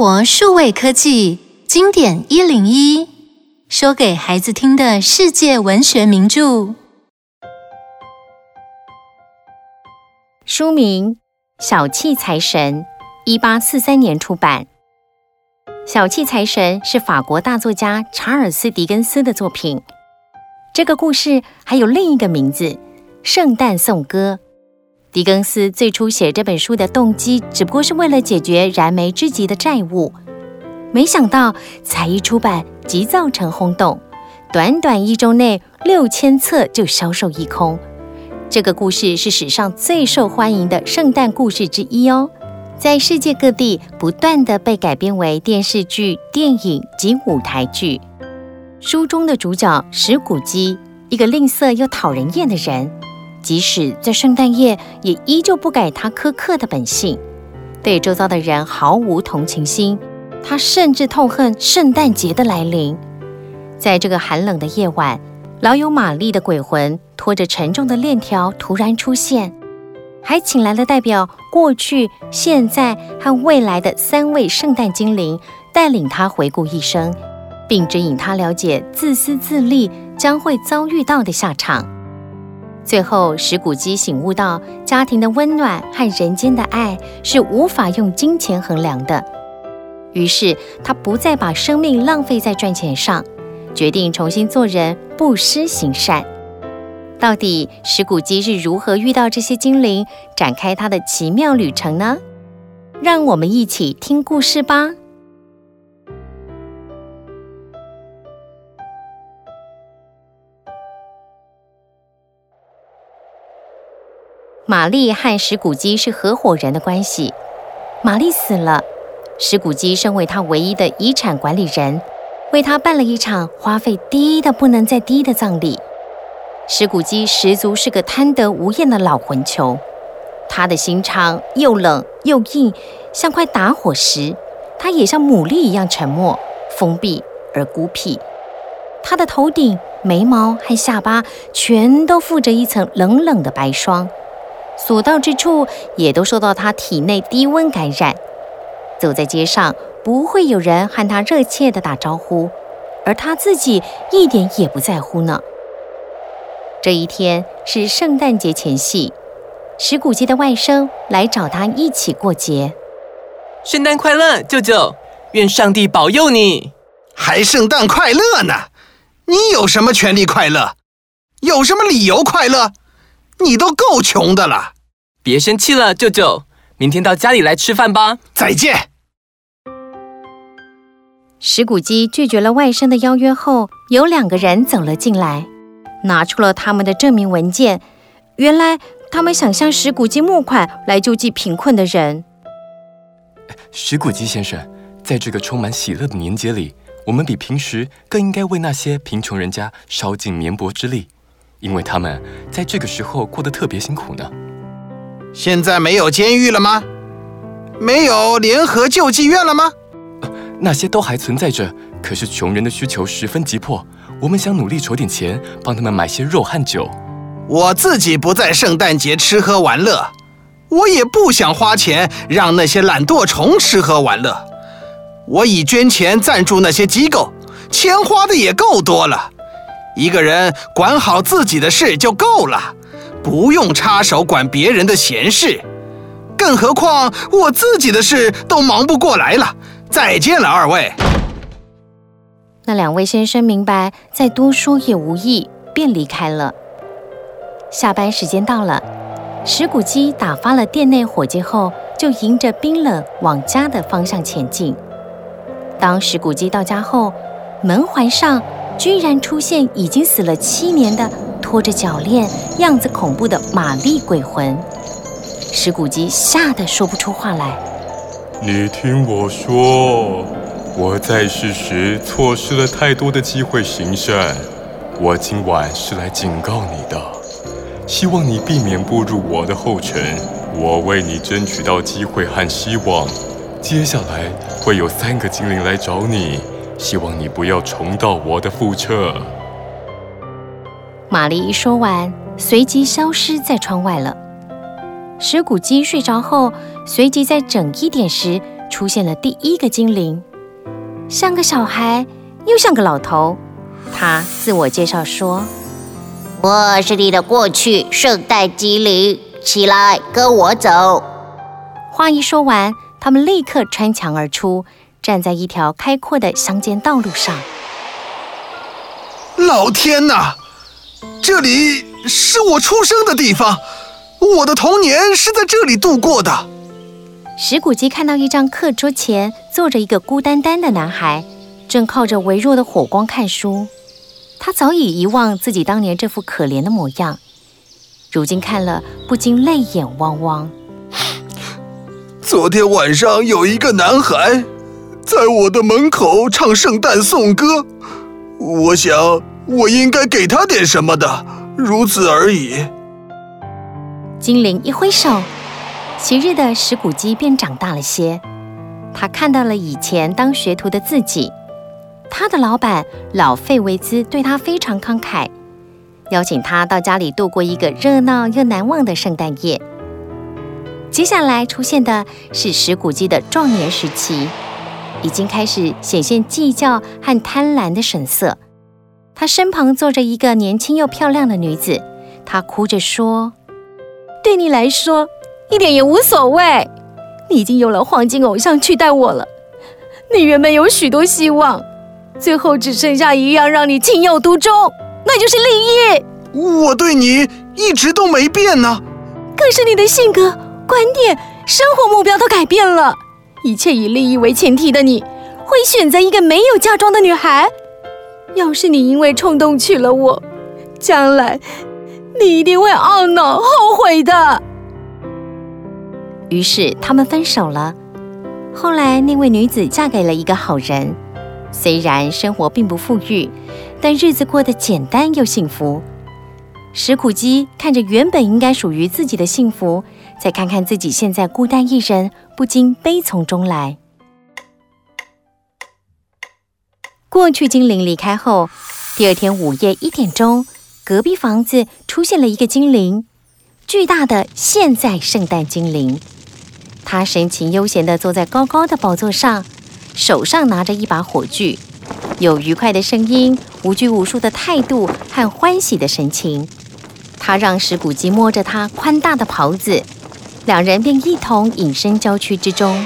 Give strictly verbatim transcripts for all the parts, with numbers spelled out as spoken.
活数位科技经典一零一，说给孩子听的世界文学名著。 书名《小气财神》，一八四三年出版。《小气财神》是法国大作家查尔斯·狄更斯的作品。这个故事还有另一个名字《圣诞颂歌》。狄更斯最初写这本书的动机，只不过是为了解决燃眉之急的债务。没想到才一出版即造成轰动，短短一周内六千册就销售一空。这个故事是史上最受欢迎的圣诞故事之一哦，在世界各地不断地被改编为电视剧、电影及舞台剧。书中的主角史古基，一个吝啬又讨人厌的人，即使在圣诞夜也依旧不改他苛刻的本性，对周遭的人毫无同情心。他甚至痛恨圣诞节的来临。在这个寒冷的夜晚，老友玛丽的鬼魂拖着沉重的链条突然出现，还请来了代表过去、现在和未来的三位圣诞精灵，带领他回顾一生，并指引他了解自私自利将会遭遇到的下场。最后，史古基醒悟到，家庭的温暖和人间的爱是无法用金钱衡量的。于是，他不再把生命浪费在赚钱上，决定重新做人，布施行善。到底史古基是如何遇到这些精灵，展开他的奇妙旅程呢？让我们一起听故事吧。玛丽和史古基是合伙人的关系。玛丽死了，史古基身为他唯一的遗产管理人，为他办了一场花费低的不能再低的葬礼。史古基十足是个贪得无厌的老混球，他的心肠又冷又硬，像块打火石。他也像牡蛎一样沉默、封闭而孤僻。他的头顶、眉毛和下巴全都附着一层冷冷的白霜，所到之处也都受到他体内低温感染。走在街上，不会有人和他热切地打招呼，而他自己一点也不在乎呢。这一天是圣诞节前夕，史古基的外甥来找他一起过节。 圣诞快乐，舅舅！愿上帝保佑你。 还圣诞快乐呢？你有什么权利快乐？有什么理由快乐？你都够穷的了。 别生气了，舅舅，明天到家里来吃饭吧。 再见。 史古基拒绝了外甥的邀约后，有两个人走了进来，拿出了他们的证明文件。原来他们想向史古基募款来救济贫困的人。 史古基先生，在这个充满喜乐的年节里，我们比平时更应该为那些贫穷人家烧尽绵薄之力，因为他们在这个时候过得特别辛苦呢。 现在没有监狱了吗？没有联合救济院了吗？ 那些都还存在着，可是穷人的需求十分急迫，我们想努力筹点钱，帮他们买些肉和酒。 我自己不在圣诞节吃喝玩乐，我也不想花钱让那些懒惰虫吃喝玩乐。我已捐钱赞助那些机构，钱花的也够多了。一个人管好自己的事就够了，不用插手管别人的闲事。更何况我自己的事都忙不过来了。再见了，二位。 那两位先生明白再多说也无益，便离开了。下班时间到了，史古基打发了店内伙计后，就迎着冰冷往家的方向前进。当史古基到家后，门环上居然出现已经死了七年的拖着脚链、样子恐怖的玛丽鬼魂。史古基吓得说不出话来。 你听我说，我在世时错失了太多的机会行善，我今晚是来警告你的，希望你避免步入我的后尘。我为你争取到机会和希望，接下来会有三个精灵来找你，希望你不要重蹈我的覆辙。 玛丽一说完，随即消失在窗外了。史古基睡着后，随即在整一点时出现了第一个精灵，像个小孩，又像个老头。他自我介绍说：“ 我是你的过去圣诞精灵，起来跟我走。” 话一说完，他们立刻穿墙而出，站在一条开阔的乡间道路上。 老天哪！这里是我出生的地方，我的童年是在这里度过的。 石谷鸡看到一张课桌前坐着一个孤单单的男孩，正靠着微弱的火光看书。他早已遗忘自己当年这副可怜的模样，如今看了不禁泪眼汪汪。 昨天晚上有一个男孩在我的门口唱圣诞颂歌，我想我应该给他点什么的，如此而已。 精灵一挥手，昔日的石谷鸡便长大了些。他看到了以前当学徒的自己，他的老板老费维兹对他非常慷慨，邀请他到家里度过一个热闹又难忘的圣诞夜。接下来出现的是石谷鸡的壮年时期，已经开始显现计较和贪婪的神色。他身旁坐着一个年轻又漂亮的女子，她哭着说：“对你来说一点也无所谓，你已经有了黄金偶像取代我了。你原本有许多希望，最后只剩下一样让你情有独钟，那就是利益。 我对你一直都没变呢。 可是你的性格、观点、生活目标都改变了。一切以利益为前提的你，会选择一个没有嫁妆的女孩？要是你因为冲动娶了我，将来你一定会懊恼后悔的。”于是他们分手了。后来那位女子嫁给了一个好人，虽然生活并不富裕，但日子过得简单又幸福。石谷鸡看着原本应该属于自己的幸福，再看看自己现在孤单一人，不禁悲从中来。过去精灵离开后，第二天午夜一点钟，隔壁房子出现了一个精灵，巨大的现在圣诞精灵。他神情悠闲地坐在高高的宝座上，手上拿着一把火炬，有愉快的声音、无拘无束的态度和欢喜的神情。他让石谷鸡摸着他宽大的袍子，两人便一同隐身郊区之中。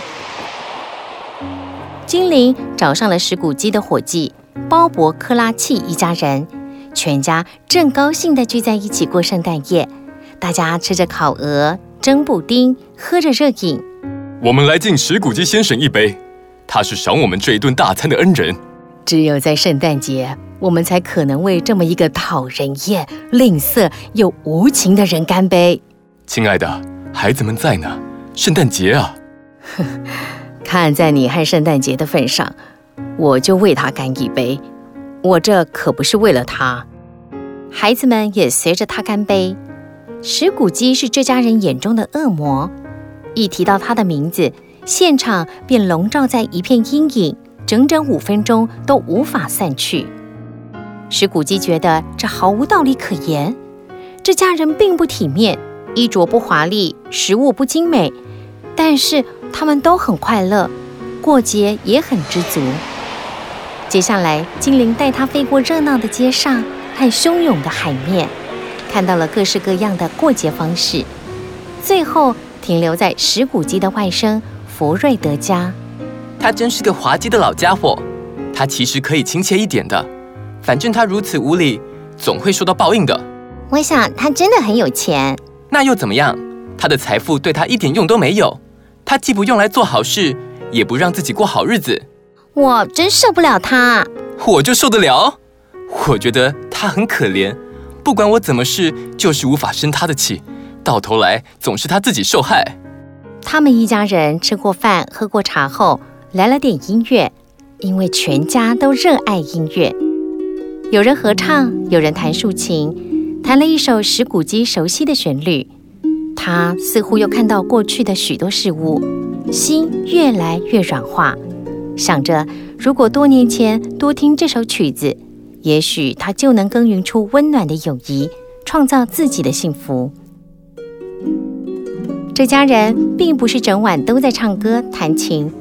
精灵找上了石谷鸡的伙计鲍勃·克拉契一家人，全家正高兴地聚在一起过圣诞夜。大家吃着烤鹅，蒸布丁，喝着热饮。 我们来敬石谷鸡先生一杯，他是赏我们这一顿大餐的恩人。 只有在圣诞节，我们才可能为这么一个讨人厌、吝啬又无情的人干杯。 亲爱的，孩子们在呢，圣诞节啊！ 看在你和圣诞节的份上，我就为他干一杯。我这可不是为了他。孩子们也随着他干杯。石谷鸡是这家人眼中的恶魔，一提到他的名字，现场便笼罩在一片阴影，整整五分钟都无法散去。石谷鸡觉得这毫无道理可言，这家人并不体面，衣着不华丽，食物不精美，但是他们都很快乐，过节也很知足。接下来，精灵带他飞过热闹的街上和汹涌的海面，看到了各式各样的过节方式，最后停留在石谷鸡的外甥弗瑞德家。 他真是个滑稽的老家伙，他其实可以亲切一点的，反正他如此无礼，总会受到报应的。 我想他真的很有钱。 那又怎么样？他的财富对他一点用都没有，他既不用来做好事，也不让自己过好日子。 我真受不了他。 我就受得了。我觉得他很可怜，不管我怎么试，就是无法生他的气，到头来总是他自己受害。 他们一家人吃过饭喝过茶后，来了点音乐，因为全家都热爱音乐。有人合唱，有人弹竖琴，弹了一首石谷鸡熟悉的旋律。他似乎又看到过去的许多事物，心越来越软化，想着如果多年前多听这首曲子，也许他就能耕耘出温暖的友谊，创造自己的幸福。这家人并不是整晚都在唱歌弹琴，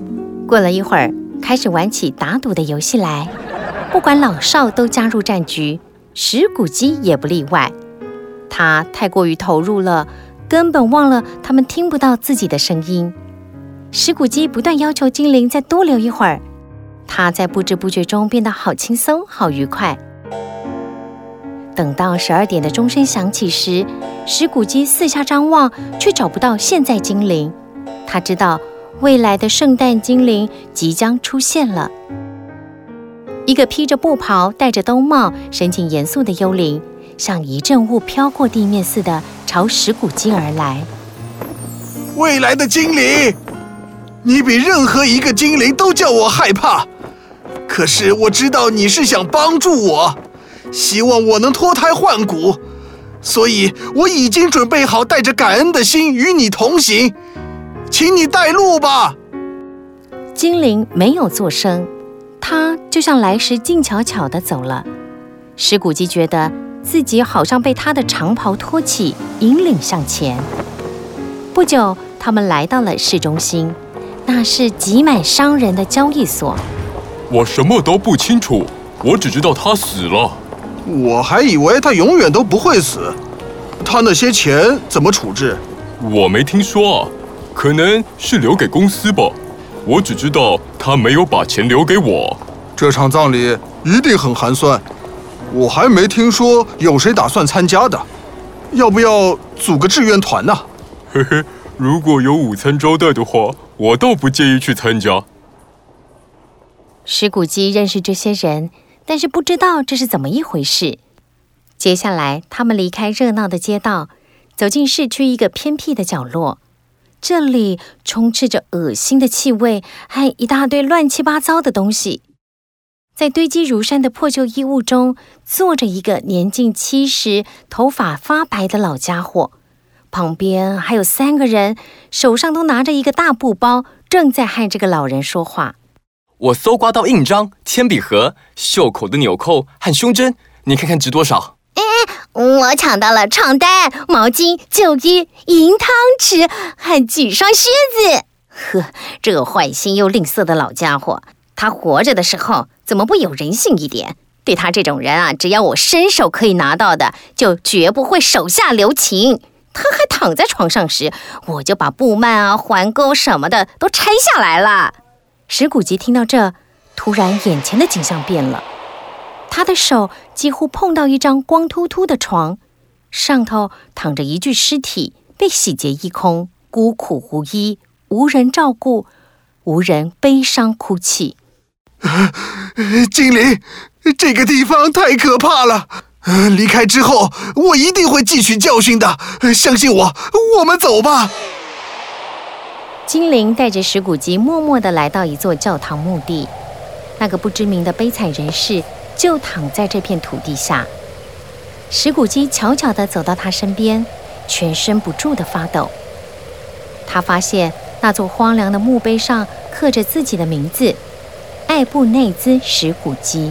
过了一会儿，开始玩起打赌的游戏来，不管老少都加入战局，石骨鸡也不例外。他太过于投入了，根本忘了他们听不到自己的声音。石骨鸡不断要求精灵再多留一会儿，他在不知不觉中变得好轻松、好愉快。等到十二点的钟声响起时，石骨鸡四下张望，却找不到现在精灵。他知道未来的圣诞精灵即将出现了。一个披着布袍、戴着兜帽、神情严肃的幽灵，像一阵雾飘过地面似的朝石骨鸡而来。 未来的精灵，你比任何一个精灵都叫我害怕。可是我知道你是想帮助我，希望我能脱胎换骨，所以我已经准备好带着感恩的心与你同行，请你带路吧。 精灵没有作声，他就像来时静悄悄地走了。石骨鸡觉得自己好像被他的长袍托起，引领向前。不久，他们来到了市中心，那是挤满商人的交易所。 我什么都不清楚，我只知道他死了。 我还以为他永远都不会死，他那些钱怎么处置？ 我没听说啊，可能是留给公司吧。我只知道他没有把钱留给我。 这场葬礼一定很寒酸，我还没听说有谁打算参加的。要不要组个志愿团呢？ 嘿嘿，如果有午餐招待的话，我倒不介意去参加。 石骨鸡认识这些人，但是不知道这是怎么一回事。接下来，他们离开热闹的街道，走进市区一个偏僻的角落。这里充斥着恶心的气味和一大堆乱七八糟的东西。在堆积如山的破旧衣物中，坐着一个年近七十、头发发白的老家伙。旁边还有三个人，手上都拿着一个大布包，正在和这个老人说话。 我搜刮到印章、铅笔盒、袖口的纽扣和胸针，你看看值多少？ 我抢到了床单、毛巾、旧衣、银汤匙和几双靴子。 呵，这个坏心又吝啬的老家伙，他活着的时候怎么不有人性一点？对他这种人啊，只要我伸手可以拿到的，就绝不会手下留情。他还躺在床上时，我就把布幔啊、环钩什么的都拆下来了。石骨鸡听到这，突然眼前的景象变了。他的手几乎碰到一张光秃秃的床，上头躺着一具尸体，被洗劫一空，孤苦无依，无人照顾，无人悲伤哭泣。 精灵，这个地方太可怕了。离开之后，我一定会汲取教训的。相信我，我们走吧。 精灵带着石骨鸡默默地来到一座教堂墓地，那个不知名的悲惨人士就躺在这片土地下。石骨鸡悄悄地走到他身边，全身不住地发抖。他发现那座荒凉的墓碑上刻着自己的名字：艾布内兹石骨鸡。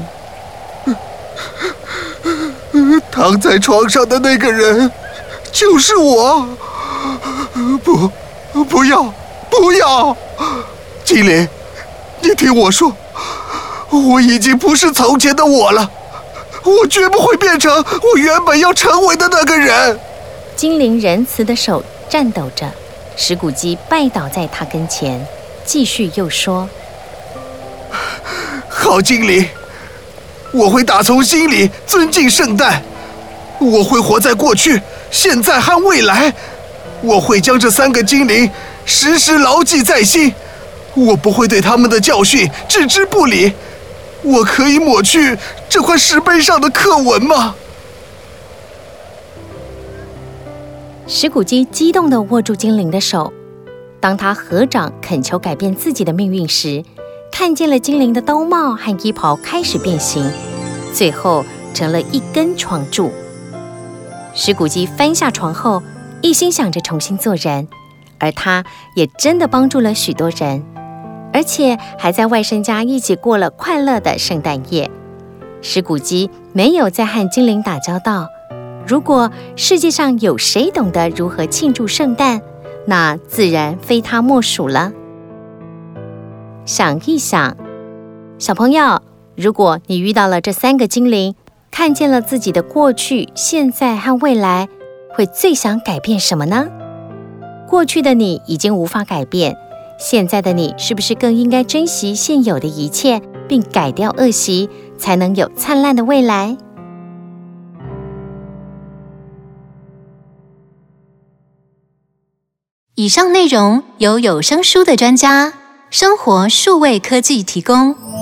躺在床上的那个人就是我。不，不要，不要！精灵，你听我说，我已经不是从前的我了，我绝不会变成我原本要成为的那个人。 精灵仁慈的手颤抖着，石骨鸡拜倒在他跟前，继续又说： 好精灵，我会打从心里尊敬圣诞，我会活在过去、现在和未来，我会将这三个精灵时时牢记在心，我不会对他们的教训置之不理。我可以抹去这块石碑上的刻文吗？ 石骨鸡激动地握住精灵的手，当他合掌恳求改变自己的命运时，看见了精灵的兜帽和衣袍开始变形，最后成了一根床柱。石骨鸡翻下床后，一心想着重新做人，而他也真的帮助了许多人，而且还在外甥家一起过了快乐的圣诞夜。石骨鸡没有再和精灵打交道。如果世界上有谁懂得如何庆祝圣诞，那自然非他莫属了。 想一想。小朋友，如果你遇到了这三个精灵，看见了自己的过去、现在和未来，会最想改变什么呢？过去的你已经无法改变，现在的你是不是更应该珍惜现有的一切，并改掉恶习，才能有灿烂的未来？ 以上内容由有声书的专家生活数位科技提供。